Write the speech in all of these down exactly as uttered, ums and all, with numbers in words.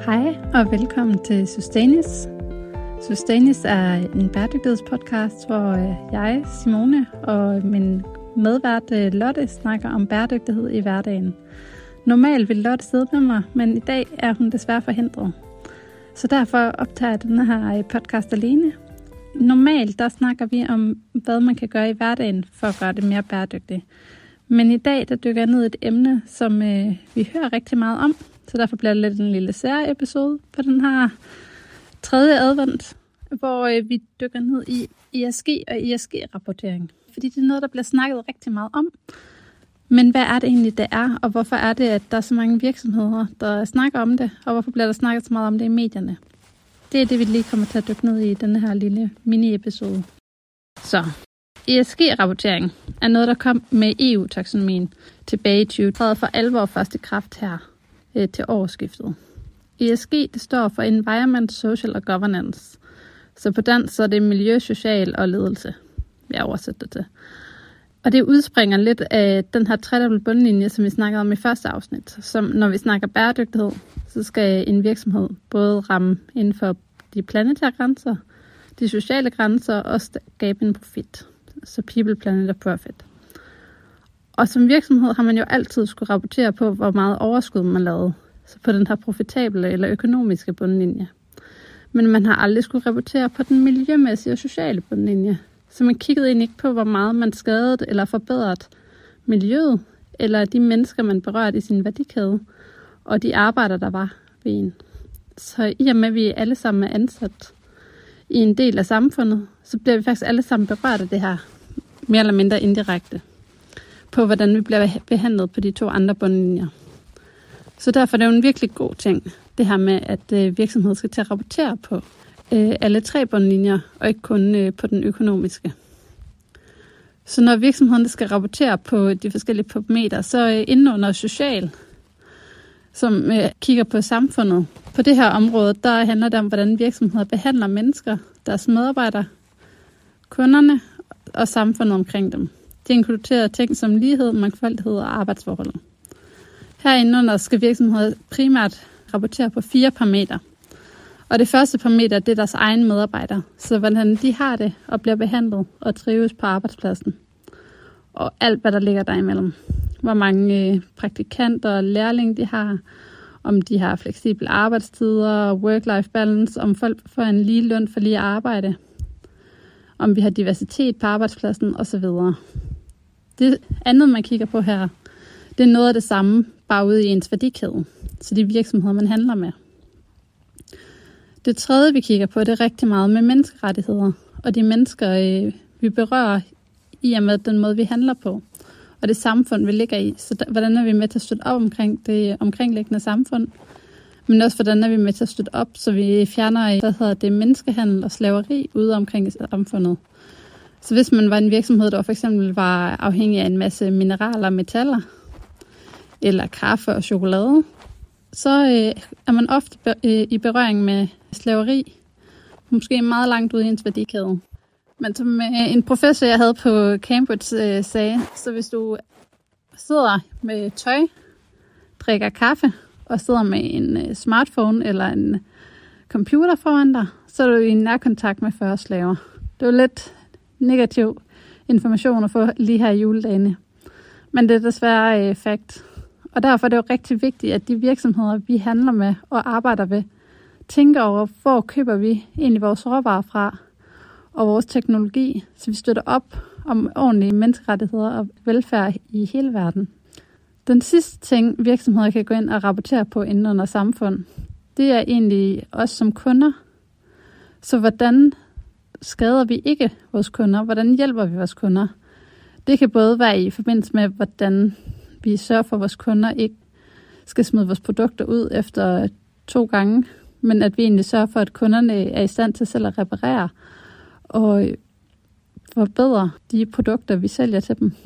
Hej og velkommen til Sustainist. Sustainist er en bæredygtighedspodcast, hvor jeg, Simone, og min medvært Lotte snakker om bæredygtighed i hverdagen. Normalt vil Lotte sidde med mig, men i dag er hun desværre forhindret. Så derfor optager jeg den her podcast alene. Normalt der snakker vi om, hvad man kan gøre i hverdagen for at gøre det mere bæredygtigt. Men i dag der dykker jeg ned i et emne, som øh, vi hører rigtig meget om. Så derfor bliver det lidt en lille særiepisode på den her tredje advent, hvor øh, vi dykker ned i E S G og E S G-rapportering. Fordi det er noget, der bliver snakket rigtig meget om. Men hvad er det egentlig, det er, og hvorfor er det, at der er så mange virksomheder, der snakker om det, og hvorfor bliver der snakket så meget om det i medierne? Det er det, vi lige kommer til at dykke ned i denne her lille mini-episode. Så, E S G-rapportering er noget, der kom med E U-taksonomien tilbage i tyve tredive for alvor først i kraft her øh, til årsskiftet. E S G det står for Environment, Social og Governance. Så på dansk så er det miljø, social og ledelse, jeg oversætter det til. Og det udspringer lidt af den her tredobbelt bundlinje, som vi snakkede om i første afsnit. Som når vi snakker bæredygtighed, så skal en virksomhed både ramme inden for de planetære grænser, de sociale grænser og skabe en profit. Så people, planet og profit. Og som virksomhed har man jo altid skulle rapportere på, hvor meget overskud man lavede. Så på den her profitable eller økonomiske bundlinje. Men man har aldrig skulle rapportere på den miljømæssige og sociale bundlinje. Så man kiggede egentlig ikke på, hvor meget man skadede eller forbedret miljøet, eller de mennesker, man berørte i sin værdikæde, og de arbejder, der var ved en. Så i og med, at vi alle sammen er ansat i en del af samfundet, så bliver vi faktisk alle sammen berørt af det her, mere eller mindre indirekte, på hvordan vi bliver behandlet på de to andre bundlinjer. Så derfor er det jo en virkelig god ting, det her med, at virksomheder skal til at rapportere på øh, alle tre bundlinjer, og ikke kun øh, på den økonomiske. Så når virksomhederne skal rapportere på de forskellige parametre, så øh, inden under social, som øh, kigger på samfundet. På det her område, der handler det om, hvordan virksomheder behandler mennesker, deres medarbejdere, kunderne og samfundet omkring dem. Det inkluderer ting som lighed, mangfoldighed og arbejdsforhold. Herinde under skal virksomheder primært rapportere på fire parametre. Og det første parameter, det er deres egne medarbejdere. Så hvordan de har det og bliver behandlet og trives på arbejdspladsen. Og alt, hvad der ligger derimellem. Hvor mange praktikanter og lærlinge de har. Om de har fleksible arbejdstider, work-life balance. Om folk får en lige løn for lige arbejde. Om vi har diversitet på arbejdspladsen osv. Det andet, man kigger på her, det er noget af det samme, bare ude i ens værdikæde. Så de virksomheder, man handler med. Det tredje, vi kigger på, det er rigtig meget med menneskerettigheder. Og de mennesker, øh, vi berører i og med den måde, vi handler på. Og det samfund, vi ligger i. Så der, hvordan er vi med til at støtte op omkring det omkringliggende samfund. Men også, hvordan er vi med til at støtte op, så vi fjerner, hvad hedder det, menneskehandel og slaveri ude omkring samfundet. Så hvis man var en virksomhed, der for eksempel var afhængig af en masse mineraler og metaller, eller kaffe og chokolade, så øh, er man ofte be- øh, i berøring med slaveri, måske meget langt ude i ens værdikæde. Men som øh, en professor, jeg havde på Cambridge, øh, sagde, så hvis du sidder med tøj, drikker kaffe og sidder med en øh, smartphone eller en computer foran dig, så er du i nærkontakt med fyrre slaver. Det er jo lidt negativ information at få lige her i juledagene. Men det er desværre øh, fakt. Og derfor er det jo rigtig vigtigt, at de virksomheder, vi handler med og arbejder ved, tænker over, hvor køber vi egentlig vores råvarer fra og vores teknologi, så vi støtter op om ordentlige menneskerettigheder og velfærd i hele verden. Den sidste ting, virksomheder kan gå ind og rapportere på inden under samfund, det er egentlig os som kunder. Så hvordan skader vi ikke vores kunder? Hvordan hjælper vi vores kunder? Det kan både være i forbindelse med, hvordan vi sørger for, at vores kunder ikke skal smide vores produkter ud efter to gange, men at vi egentlig sørger for, at kunderne er i stand til selv at reparere og forbedre de produkter, vi sælger til dem.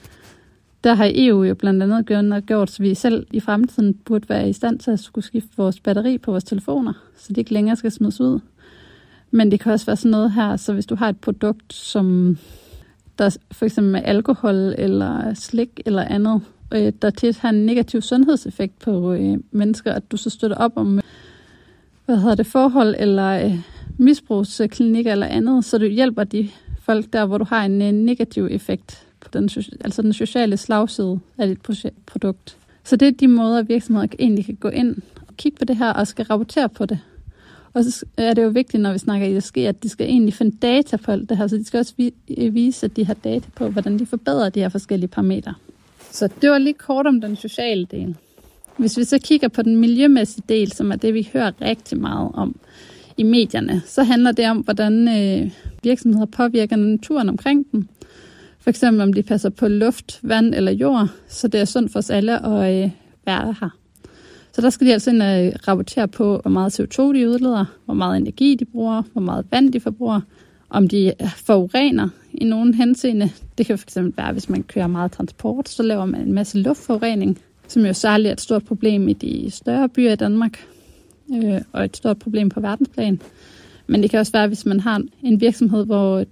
Der har E U jo blandt andet gjort, så vi selv i fremtiden burde være i stand til at skulle skifte vores batteri på vores telefoner, så de ikke længere skal smides ud. Men det kan også være sådan noget her, så hvis du har et produkt, som der for eksempel med alkohol eller slik eller andet, der tit har en negativ sundhedseffekt på mennesker, at du så støtter op om hvad hedder det, forhold eller øh, misbrugsklinikker eller andet, så du hjælper de folk der, hvor du har en øh, negativ effekt på den, altså den sociale slagside af dit produkt. Så det er de måder, virksomheder egentlig kan gå ind og kigge på det her og skal rapportere på det. Og så er det jo vigtigt, når vi snakker I S G, at de skal egentlig finde data på alt det her, så de skal også vise, at de har data på, hvordan de forbedrer de her forskellige parametre. Så det var lige kort om den sociale del. Hvis vi så kigger på den miljømæssige del, som er det, vi hører rigtig meget om i medierne, så handler det om, hvordan øh, virksomheder påvirker naturen omkring dem. For eksempel om de passer på luft, vand eller jord, så det er sundt for os alle at øh, være her. Så der skal de altså ind og rapportere på, hvor meget C O to de udleder, hvor meget energi de bruger, hvor meget vand de forbruger, om de forurener i nogen henseende. Det kan fx være, hvis man kører meget transport, så laver man en masse luftforurening, som jo særligt er et stort problem i de større byer i Danmark, øh, og et stort problem på verdensplan. Men det kan også være, hvis man har en virksomhed, hvor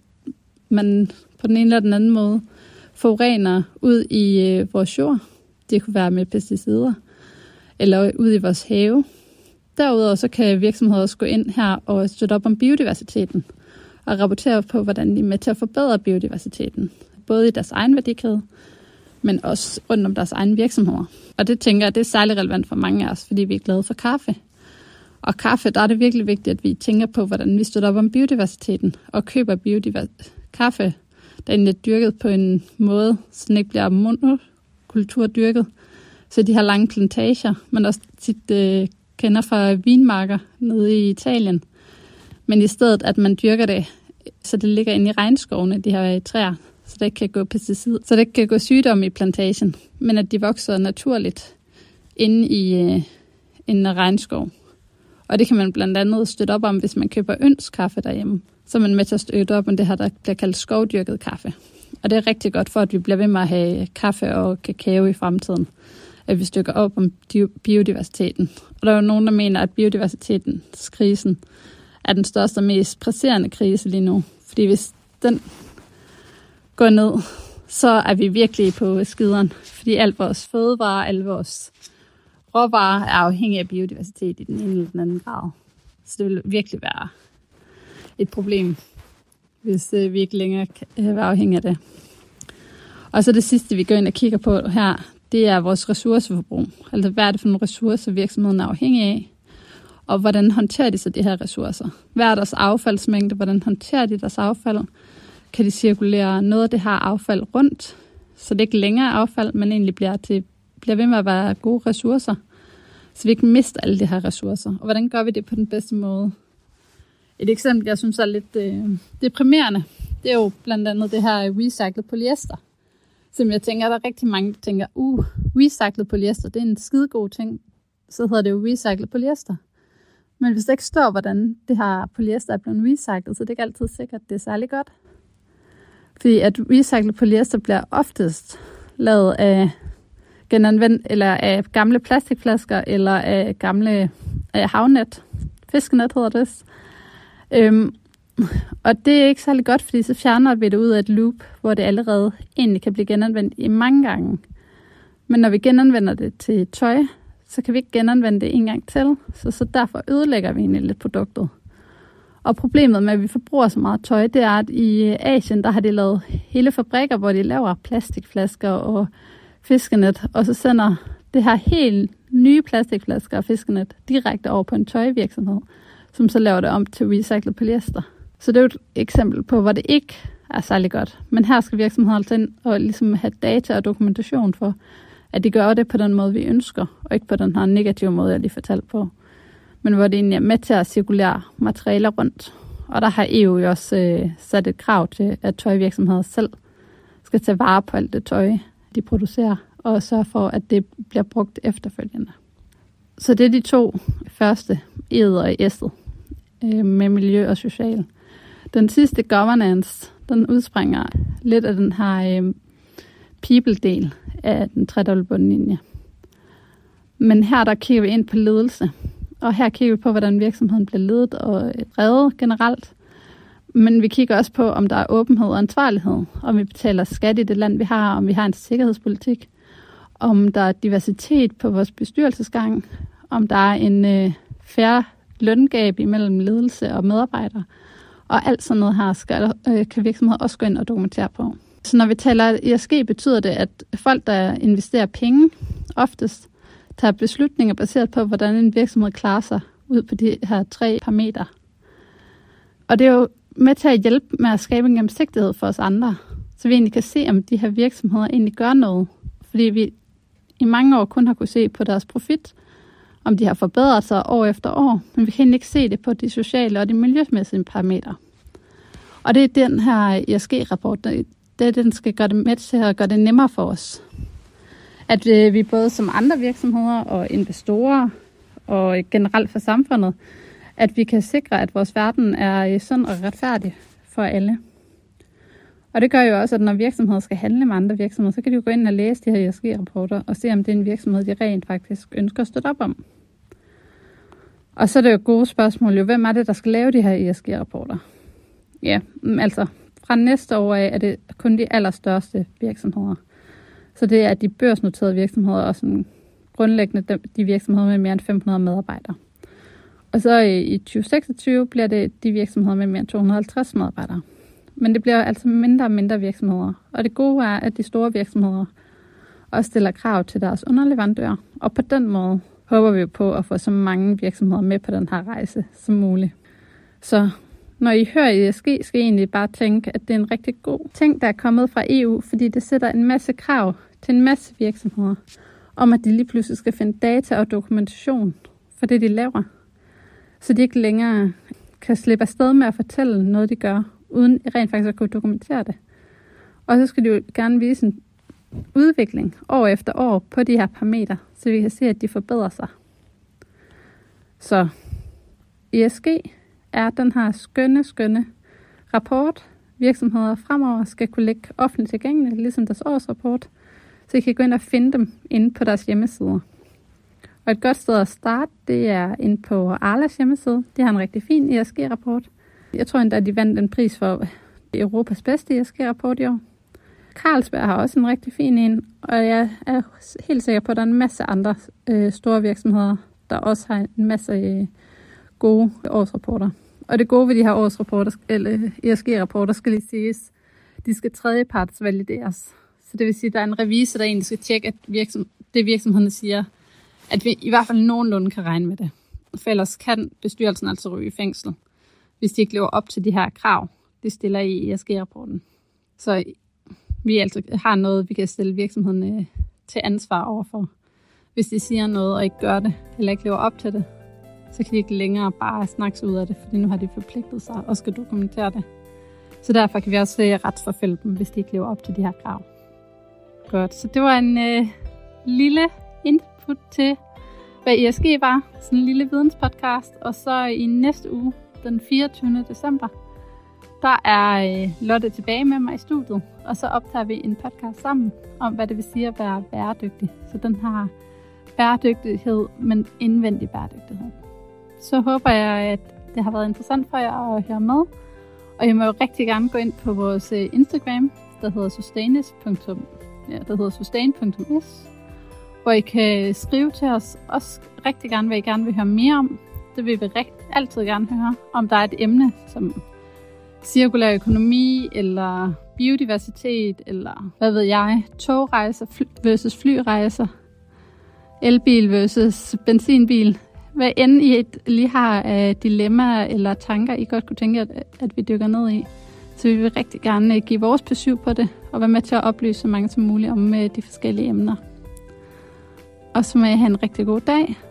man på den ene eller den anden måde forurener ud i øh, vores jord. Det kunne være med pesticider, eller ud i vores have. Derudover så kan virksomheder også gå ind her og støtte op om biodiversiteten, og rapportere på, hvordan de er med til at forbedre biodiversiteten, både i deres egen værdikæde, men også rundt om deres egen virksomheder. Og det tænker jeg, det er særlig relevant for mange af os, fordi vi er glade for kaffe. Og kaffe, der er det virkelig vigtigt, at vi tænker på, hvordan vi støtter op om biodiversiteten, og køber biodivers- kaffe, der er dyrket på en måde, så den ikke bliver monokulturdyrket, så de har lange plantager, man også tit øh, kender fra vinmarker nede i Italien. Men i stedet, at man dyrker det, så det ligger inde i regnskovene, de her træer, så der ikke kan gå pesticid, så der ikke kan gå sygdom i plantagen, men at de vokser naturligt inde i øh, en regnskov. Og det kan man blandt andet støtte op om, hvis man køber ønskaffe derhjemme. Så er man med til at støtte op om det her, der bliver kaldt skovdyrket kaffe. Og det er rigtig godt for, at vi bliver ved med at have kaffe og kakao i fremtiden, at vi stykker op om biodiversiteten. Og der er jo nogen, der mener, at biodiversitetskrisen er den største og mest presserende krise lige nu. Fordi hvis den går ned, så er vi virkelig på skideren. Fordi alt vores fødevarer, alle vores råvarer er afhængige af biodiversitet i den ene eller den anden grad. Så det vil virkelig være et problem, hvis vi ikke længere kan være afhængige af det. Og så det sidste, vi går ind og kigger på her, det er vores ressourceforbrug. Altså hvad er det for nogle ressourcer, virksomheden er afhængig af? Og hvordan håndterer de så de her ressourcer? Hvad er deres affaldsmængde? Hvordan håndterer de deres affald? Kan de cirkulere noget af det her affald rundt, så det ikke længere er affald, men egentlig bliver, til, bliver ved med at være gode ressourcer, så vi ikke mister alle de her ressourcer? Og hvordan gør vi det på den bedste måde? Et eksempel, jeg synes er lidt øh, deprimerende, det er jo blandt andet det her recyclet polyester, som jeg tænker, der er rigtig mange, der tænker, uh, recyclet polyester, det er en skidegod ting. Så hedder det jo recyclet polyester. Men hvis det ikke står, hvordan det her polyester er blevet recyclet, så er det ikke altid sikkert, at det er særlig godt. Fordi at recyclet polyester bliver oftest lavet af genanvendt, eller af gamle plastikflasker, eller af gamle af havnet. Fiskenet hedder det. Øhm, og det er ikke særlig godt, fordi så fjerner vi det ud af et loop, hvor det allerede egentlig kan blive genanvendt i mange gange. Men når vi genanvender det til tøj, så kan vi ikke genanvende det en gang til, så, så derfor ødelægger vi egentlig lidt produktet. Og problemet med, at vi forbruger så meget tøj, det er, at i Asien, der har de lavet hele fabrikker, hvor de laver plastikflasker og fiskenet, og så sender det her helt nye plastikflasker og fiskenet direkte over på en tøjvirksomhed, som så laver det om til recyclet polyester. Så det er jo et eksempel på, hvor det ikke er særlig godt. Men her skal virksomheder altså ind og ligesom have data og dokumentation for, at de gør det på den måde, vi ønsker, og ikke på den her negative måde, jeg lige fortalte på. Men hvor det egentlig er med til at cirkulere materialer rundt. Og der har E U jo også øh, sat et krav til, at tøjvirksomheder selv skal tage vare på alt det tøj, de producerer, og sørge for, at det bliver brugt efterfølgende. Så det er de to første, E'et og S'et, øh, med miljø og social. Den sidste, governance, den udspringer lidt af den her øh, people-del af den tredobbelt bundlinje. Men her der kigger vi ind på ledelse, og her kigger vi på, hvordan virksomheden bliver ledet og drevet generelt. Men vi kigger også på, om der er åbenhed og ansvarlighed, om vi betaler skat i det land, vi har, om vi har en sikkerhedspolitik, om der er diversitet på vores bestyrelsesgang, om der er en øh, fair løngab imellem ledelse og medarbejdere. Og alt sådan noget her skal, øh, kan virksomheder også gå ind og dokumentere på. Så når vi taler E S G, betyder det, at folk, der investerer penge, oftest tager beslutninger baseret på, hvordan en virksomhed klarer sig ud på de her tre parametre. Og det er jo med til at hjælpe med at skabe en gennemsigtighed for os andre, så vi egentlig kan se, om de her virksomheder egentlig gør noget. Fordi vi i mange år kun har kunne se på deres profit, om de har forbedret sig år efter år, men vi kan egentlig ikke se det på de sociale og de miljømæssige parametre. Og det er den her E S G-rapport, det den skal gøre det med til at gøre det nemmere for os. At vi både som andre virksomheder og investorer og generelt for samfundet, at vi kan sikre, at vores verden er sund og retfærdig for alle. Og det gør jo også, at når virksomheder skal handle med andre virksomheder, så kan de jo gå ind og læse de her E S G-rapporter og se, om det er en virksomhed, de rent faktisk ønsker at støtte op om. Og så er det jo gode spørgsmål, jo, hvem er det, der skal lave de her E S G-rapporter? Ja, altså fra næste år af er det kun de allerstørste virksomheder. Så det er de børsnoterede virksomheder og sådan grundlæggende de virksomheder med mere end fem hundrede medarbejdere. Og så i tyve seksogtyve bliver det de virksomheder med mere end to hundrede og halvtreds medarbejdere. Men det bliver altså mindre og mindre virksomheder. Og det gode er, at de store virksomheder også stiller krav til deres underleverandører. Og på den måde håber vi på at få så mange virksomheder med på den her rejse som muligt. Så når I hører E S G, skal I egentlig bare tænke, at det er en rigtig god ting, der er kommet fra E U, fordi det sætter en masse krav til en masse virksomheder, om at de lige pludselig skal finde data og dokumentation for det, de laver. Så de ikke længere kan slippe afsted med at fortælle noget, de gør, uden rent faktisk at kunne dokumentere det. Og så skal de jo gerne vise en udvikling år efter år på de her parametre, så vi kan se, at de forbedrer sig. Så E S G er den her skønne, skønne rapport, virksomheder fremover skal kunne lægge offentligt tilgængeligt, ligesom deres årsrapport, så I kan gå ind og finde dem inde på deres hjemmesider. Og et godt sted at starte, det er inde på Arlas hjemmeside. De har en rigtig fin E S G-rapport. Jeg tror endda, at de vandt en pris for Europas bedste E S G-rapport i år. Carlsberg har også en rigtig fin en, og jeg er helt sikker på, at der er en masse andre øh, store virksomheder, der også har en masse øh, gode årsrapporter. Og det gode ved de her årsrapporter, eller E S G-rapporter, skal lige siges, de skal tredjeparts valideres. Så det vil sige, at der er en revisor, der egentlig skal tjekke, at virksom, det virksomhederne siger, at vi i hvert fald nogenlunde kan regne med det. For ellers kan bestyrelsen altså ryge i fængsel, hvis de ikke lever op til de her krav, de stiller i E S G-rapporten. Så vi altså har noget, vi kan stille virksomhederne til ansvar overfor. Hvis de siger noget og ikke gør det, eller ikke lever op til det, så kan de ikke længere bare snakke sig ud af det, fordi nu har de forpligtet sig og skal dokumentere det. Så derfor kan vi også retsforfølge dem, hvis de ikke lever op til de her krav. Godt, så det var en øh, lille input til, hvad E S G var. Sådan en lille videnspodcast. Og så i næste uge, den fireogtyvende december, der er øh, Lotte tilbage med mig i studiet. Og så optager vi en podcast sammen om, hvad det vil sige at være bæredygtig. Så den har bæredygtighed, men indvendig bæredygtighed. Så håber jeg, at det har været interessant for jer at høre med. Og I må jo rigtig gerne gå ind på vores Instagram, der hedder Sustainis. Ja, der hedder sustain punktum is, hvor I kan skrive til os også rigtig gerne, hvad I gerne vil høre mere om. Det vil vi rigt- altid gerne høre, om der er et emne som cirkulær økonomi, eller biodiversitet, eller hvad ved jeg, togrejser fly- versus flyrejser, elbil versus benzinbil. Hvad end I lige har af dilemmaer eller tanker, I godt kunne tænke, at, at vi dykker ned i. Så vi vil rigtig gerne give vores perspektiv på det, og være med til at oplyse så mange som muligt om de forskellige emner. Og så må I have en rigtig god dag,